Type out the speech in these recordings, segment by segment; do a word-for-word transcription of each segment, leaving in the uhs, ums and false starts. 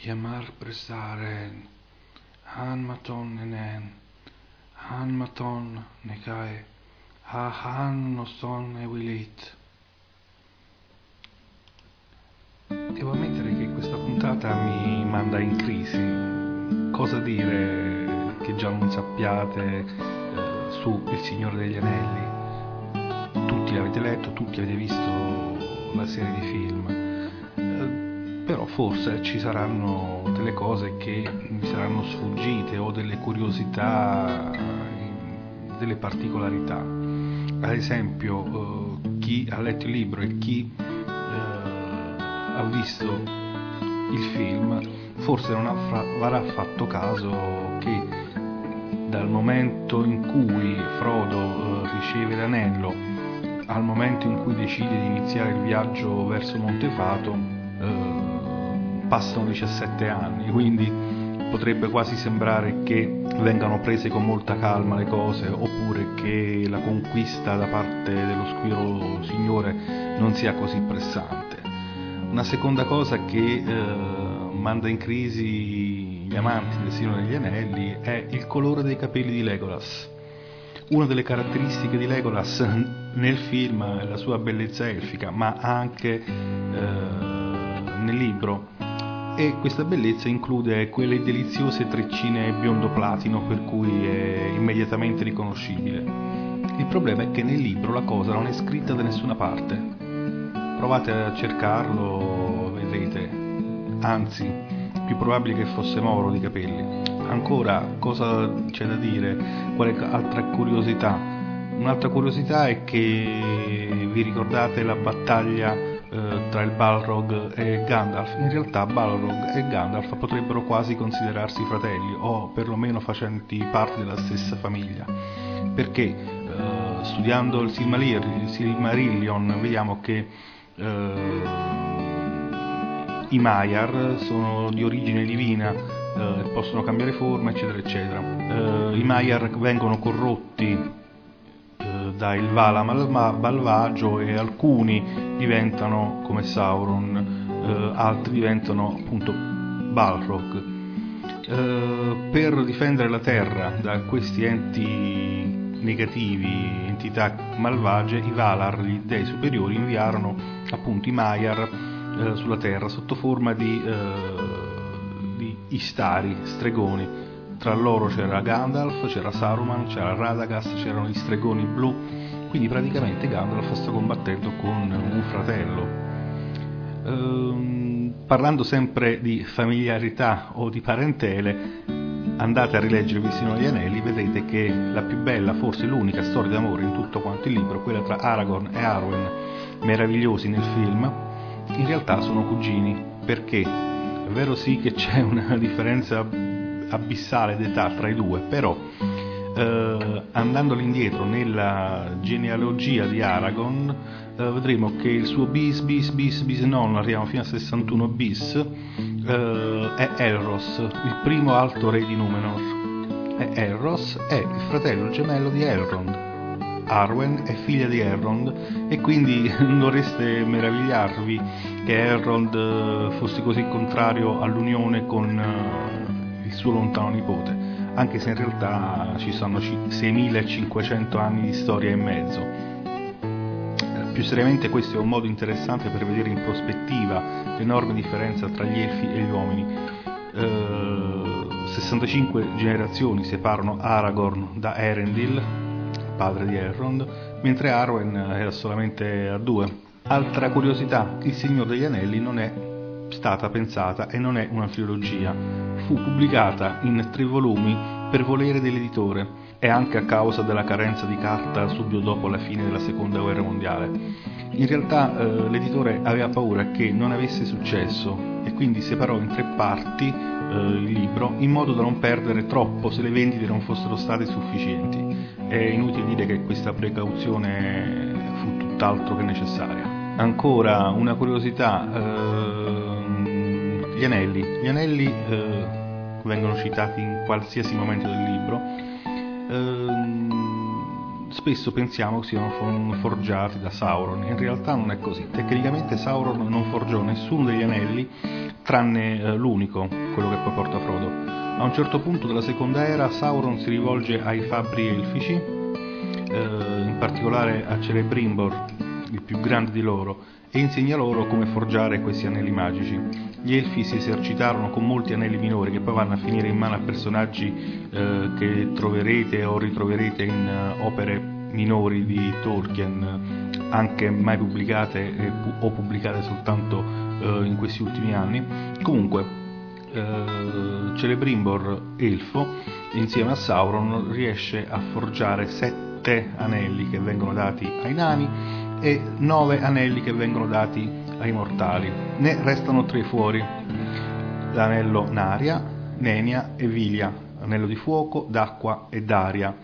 Yamar prestaren, Hanmaton nenen, Hanmaton nekai, Ha han noston e wilit. Devo ammettere che questa puntata mi manda in crisi. Cosa dire che già non sappiate eh, su Il Signore degli Anelli? Tutti l'avete letto, tutti avete visto la serie di film. Eh, però forse ci saranno delle cose che mi saranno sfuggite o delle curiosità, delle particolarità. Ad esempio, eh, chi ha letto il libro e chi ha visto il film forse non avrà fatto caso che dal momento in cui Frodo eh, riceve l'anello al momento in cui decide di iniziare il viaggio verso Montefato eh, passano diciassette anni, quindi potrebbe quasi sembrare che vengano prese con molta calma le cose, oppure che la conquista da parte dello Squirrelo Signore non sia così pressante. Una seconda cosa che eh, manda in crisi gli amanti del Signore degli Anelli è il colore dei capelli di Legolas. Una delle caratteristiche di Legolas nel film è la sua bellezza elfica, ma anche eh, nel libro, e questa bellezza include quelle deliziose treccine biondo platino per cui è immediatamente riconoscibile. Il problema è che nel libro la cosa non è scritta da nessuna parte. Provate a cercarlo, vedrete, anzi, più probabile che fosse Moro di capelli. Ancora, cosa c'è da dire? Quale altra curiosità? Un'altra curiosità è che vi ricordate la battaglia eh, tra il Balrog e Gandalf? In realtà Balrog e Gandalf potrebbero quasi considerarsi fratelli, o perlomeno facenti parte della stessa famiglia, perché eh, studiando il Silmarillion, il Silmarillion vediamo che Uh, i Maiar sono di origine divina, uh, possono cambiare forma, eccetera eccetera. Uh, i Maiar vengono corrotti uh, dal Vala malvagio e alcuni diventano come Sauron, uh, altri diventano appunto Balrog. Uh, per difendere la terra da questi enti negativi, entità malvagie, i Valar, gli dei superiori, inviarono appunto i Maiar eh, sulla terra sotto forma di, eh, di Istari, stregoni. Tra loro c'era Gandalf, c'era Saruman, c'era Radagast, c'erano gli stregoni blu, quindi praticamente Gandalf sta combattendo con un fratello. Ehm, parlando sempre di familiarità o di parentele, andate a rileggere Il Signore degli Anelli, vedrete che la più bella, forse l'unica storia d'amore in tutto quanto il libro, quella tra Aragorn e Arwen, meravigliosi nel film, in realtà sono cugini, perché è vero sì che c'è una differenza abissale d'età tra i due, però eh, andando all'indietro nella genealogia di Aragorn eh, vedremo che il suo bis bis bis bis nonno, arriviamo fino a sessantuno bis, eh, è Elros, il primo alto re di Numenor. E Elros è il fratello gemello di Elrond. Arwen è figlia di Elrond, e quindi non dovreste meravigliarvi che Elrond fosse così contrario all'unione con il suo lontano nipote, anche se in realtà ci sono seimilacinquecento anni di storia in mezzo. Più seriamente, questo è un modo interessante per vedere in prospettiva l'enorme differenza tra gli elfi e gli uomini. Eh, sessantacinque generazioni separano Aragorn da Erendil, padre di Elrond, mentre Arwen era solamente a due. Altra curiosità: Il Signore degli Anelli non è stata pensata e non è una trilogia, fu pubblicata in tre volumi per volere dell'editore e anche a causa della carenza di carta subito dopo la fine della seconda guerra mondiale. In realtà eh, l'editore aveva paura che non avesse successo e quindi separò in tre parti eh, il libro in modo da non perdere troppo se le vendite non fossero state sufficienti. È inutile dire che questa precauzione fu tutt'altro che necessaria. Ancora una curiosità, ehm, gli anelli. Gli anelli eh, vengono citati in qualsiasi momento del libro. Ehm, spesso pensiamo che siano forgiati da Sauron, in realtà non è così. Tecnicamente Sauron non forgiò nessuno degli anelli tranne eh, l'unico, quello che poi porta Frodo. A un certo punto della seconda era Sauron si rivolge ai fabbri elfici, eh, in particolare a Celebrimbor, il più grande di loro, e insegna loro come forgiare questi anelli magici. Gli elfi si esercitarono con molti anelli minori che poi vanno a finire in mano a personaggi eh, che troverete o ritroverete in uh, opere minori di Tolkien, anche mai pubblicate eh, o pubblicate soltanto eh, in questi ultimi anni. Comunque eh, Celebrimbor elfo insieme a Sauron riesce a forgiare sette anelli che vengono dati ai nani e nove anelli che vengono dati ai mortali. Ne restano tre fuori: l'anello Naria, Nenia e Vilia, anello di fuoco, d'acqua e d'aria.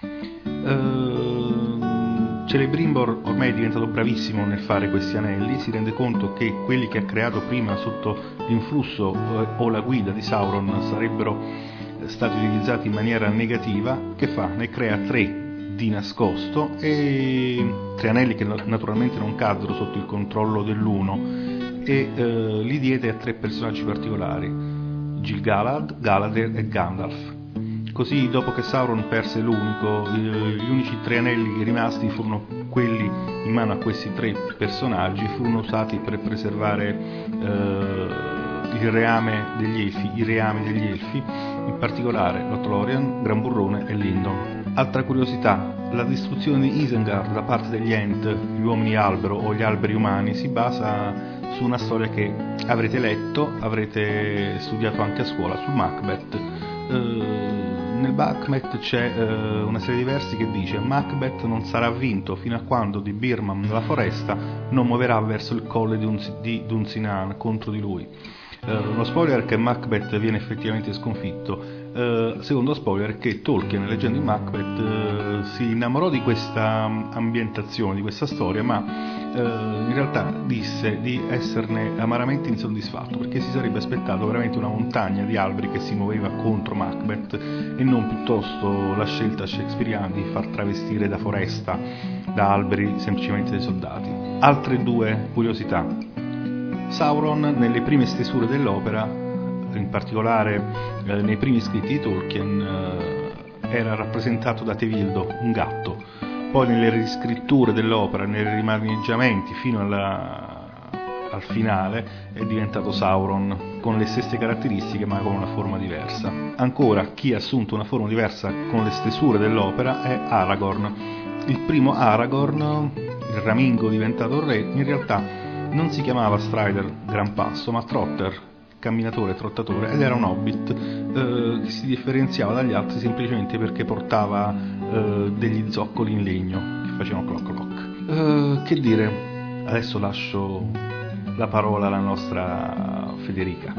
Ehm, Celebrimbor ormai è diventato bravissimo nel fare questi anelli, si rende conto che quelli che ha creato prima sotto l'influsso eh, o la guida di Sauron sarebbero stati utilizzati in maniera negativa. Che fa? Ne crea tre di nascosto, e tre anelli che naturalmente non caddero sotto il controllo dell'uno, e eh, li diede a tre personaggi particolari: Gil-galad, Galadriel e Gandalf. Così, dopo che Sauron perse l'unico, eh, gli unici tre anelli rimasti furono quelli in mano a questi tre personaggi, furono usati per preservare eh, il reame degli elfi, i reami degli elfi, in particolare Lothlorien, Gran Burrone e Lindon. Altra curiosità: la distruzione di Isengard da parte degli Ent, gli uomini albero o gli alberi umani, si basa su una storia che avrete letto, avrete studiato anche a scuola, su Macbeth. Eh, nel Macbeth c'è eh, una serie di versi che dice: Macbeth non sarà vinto fino a quando di Birman nella foresta non muoverà verso il colle di, un, di Dunsinane contro di lui. Eh, uno spoiler è che Macbeth viene effettivamente sconfitto. Uh, secondo spoiler è che Tolkien, leggendo in Macbeth, uh, si innamorò di questa ambientazione, di questa storia, ma uh, in realtà disse di esserne amaramente insoddisfatto, perché si sarebbe aspettato veramente una montagna di alberi che si muoveva contro Macbeth, e non piuttosto la scelta shakespeariana di far travestire da foresta, da alberi, semplicemente dei soldati. Altre due curiosità: Sauron nelle prime stesure dell'opera, in particolare eh, nei primi scritti di Tolkien, eh, era rappresentato da Tevildo, un gatto. Poi nelle riscritture dell'opera, nei rimaneggiamenti fino alla, al finale, è diventato Sauron, con le stesse caratteristiche ma con una forma diversa. Ancora, chi ha assunto una forma diversa con le stesure dell'opera è Aragorn. Il primo Aragorn, il ramingo diventato re, in realtà non si chiamava Strider, gran passo, ma Trotter, camminatore, trottatore, ed era un hobbit eh, che si differenziava dagli altri semplicemente perché portava eh, degli zoccoli in legno che facevano cloc cloc. Eh, che dire, adesso lascio la parola alla nostra Federica.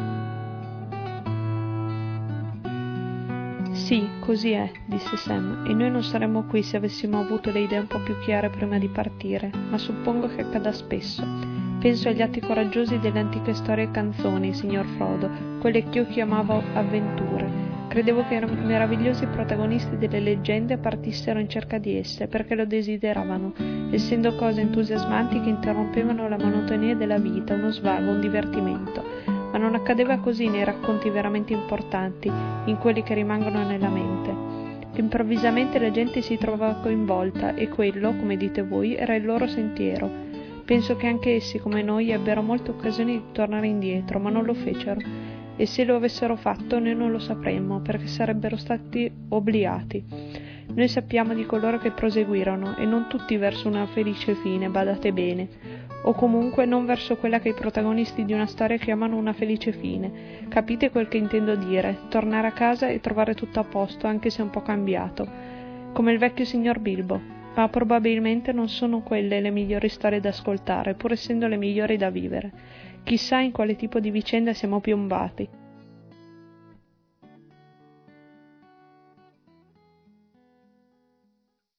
Sì, così è, disse Sam, e noi non saremmo qui se avessimo avuto le idee un po' più chiare prima di partire, ma suppongo che accada spesso. Penso agli atti coraggiosi delle antiche storie e canzoni, signor Frodo, quelle che io chiamavo avventure. Credevo che i meravigliosi protagonisti delle leggende partissero in cerca di esse, perché lo desideravano, essendo cose entusiasmanti che interrompevano la monotonia della vita, uno svago, un divertimento. Ma non accadeva così nei racconti veramente importanti, in quelli che rimangono nella mente. Improvvisamente la gente si trovava coinvolta, e quello, come dite voi, era il loro sentiero. Penso che anche essi, come noi, ebbero molte occasioni di tornare indietro, ma non lo fecero. E se lo avessero fatto, noi non lo sapremmo, perché sarebbero stati obbligati. Noi sappiamo di coloro che proseguirono, e non tutti verso una felice fine, badate bene, o comunque non verso quella che i protagonisti di una storia chiamano una felice fine. Capite quel che intendo dire? Tornare a casa e trovare tutto a posto, anche se un po' cambiato, come il vecchio signor Bilbo. Ma probabilmente non sono quelle le migliori storie da ascoltare, pur essendo le migliori da vivere. Chissà in quale tipo di vicenda siamo piombati.